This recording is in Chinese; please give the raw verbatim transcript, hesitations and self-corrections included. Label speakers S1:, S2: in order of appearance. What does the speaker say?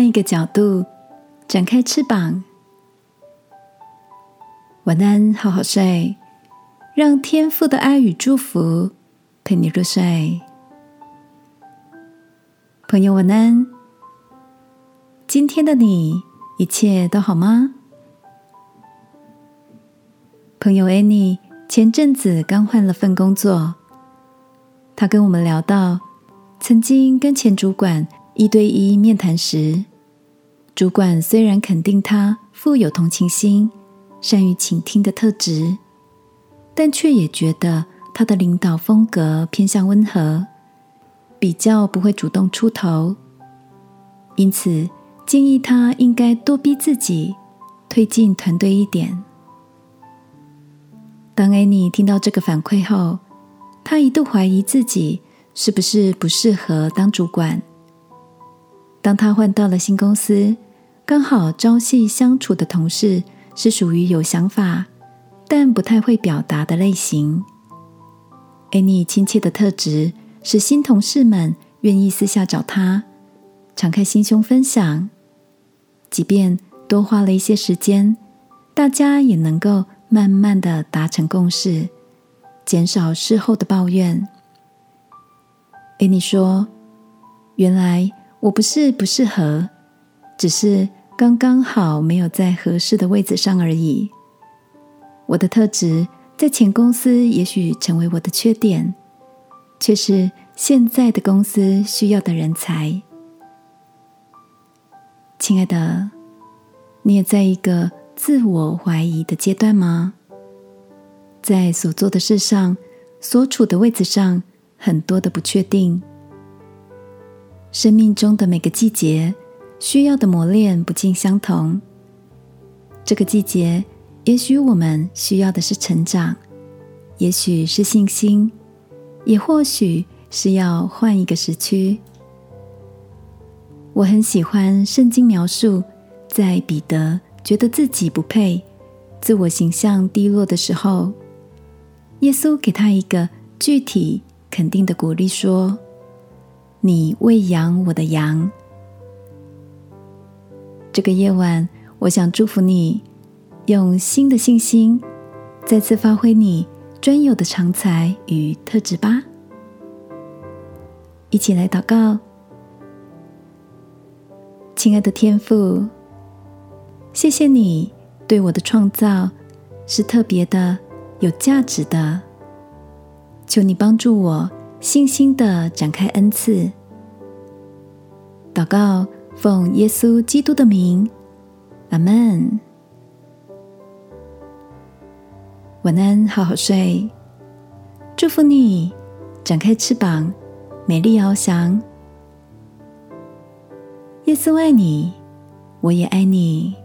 S1: 换一个角度，展开翅膀。晚安，好好睡，让天父的爱与祝福陪你入睡。朋友晚安，今天的你一切都好吗？朋友 Annie 前阵子刚换了份工作，她跟我们聊到，曾经跟前主管一对一面谈时，主管虽然肯定她富有同情心、善于倾听的特质，但却也觉得她的领导风格偏向温和，比较不会主动出头，因此建议她应该多逼自己，推进团队一点。当 Annie 听到这个反馈后，她一度怀疑自己是不是不适合当主管。当她换到了新公司，刚好朝夕相处的同事是属于有想法但不太会表达的类型。 Annie 亲切的特质使新同事们愿意私下找她，敞开心胸分享，即便多花了一些时间，大家也能够慢慢的达成共识，减少事后的抱怨。 Annie 说，原来我不是不适合，只是刚刚好没有在合适的位置上而已。我的特质在前公司也许成为我的缺点，却是现在的公司需要的人才。亲爱的，你也在一个自我怀疑的阶段吗？在所做的事上，所处的位置上，很多的不确定。生命中的每个季节需要的磨练不尽相同。这个季节，也许我们需要的是成长，也许是信心，也或许是要换一个时区。我很喜欢圣经描述，在彼得觉得自己不配、自我形象低落的时候，耶稣给他一个具体肯定的鼓励，说：你喂养我的羊。这个夜晚，我想祝福你，用新的信心，再次发挥你专有的长才与特质吧。一起来祷告。亲爱的天父，谢谢你对我的创造是特别的、有价值的，求你帮助我信心地展开恩赐。祷告，奉耶稣基督的名，阿们。晚安，好好睡。祝福你，展开翅膀，美丽翱翔。耶稣爱你，我也爱你。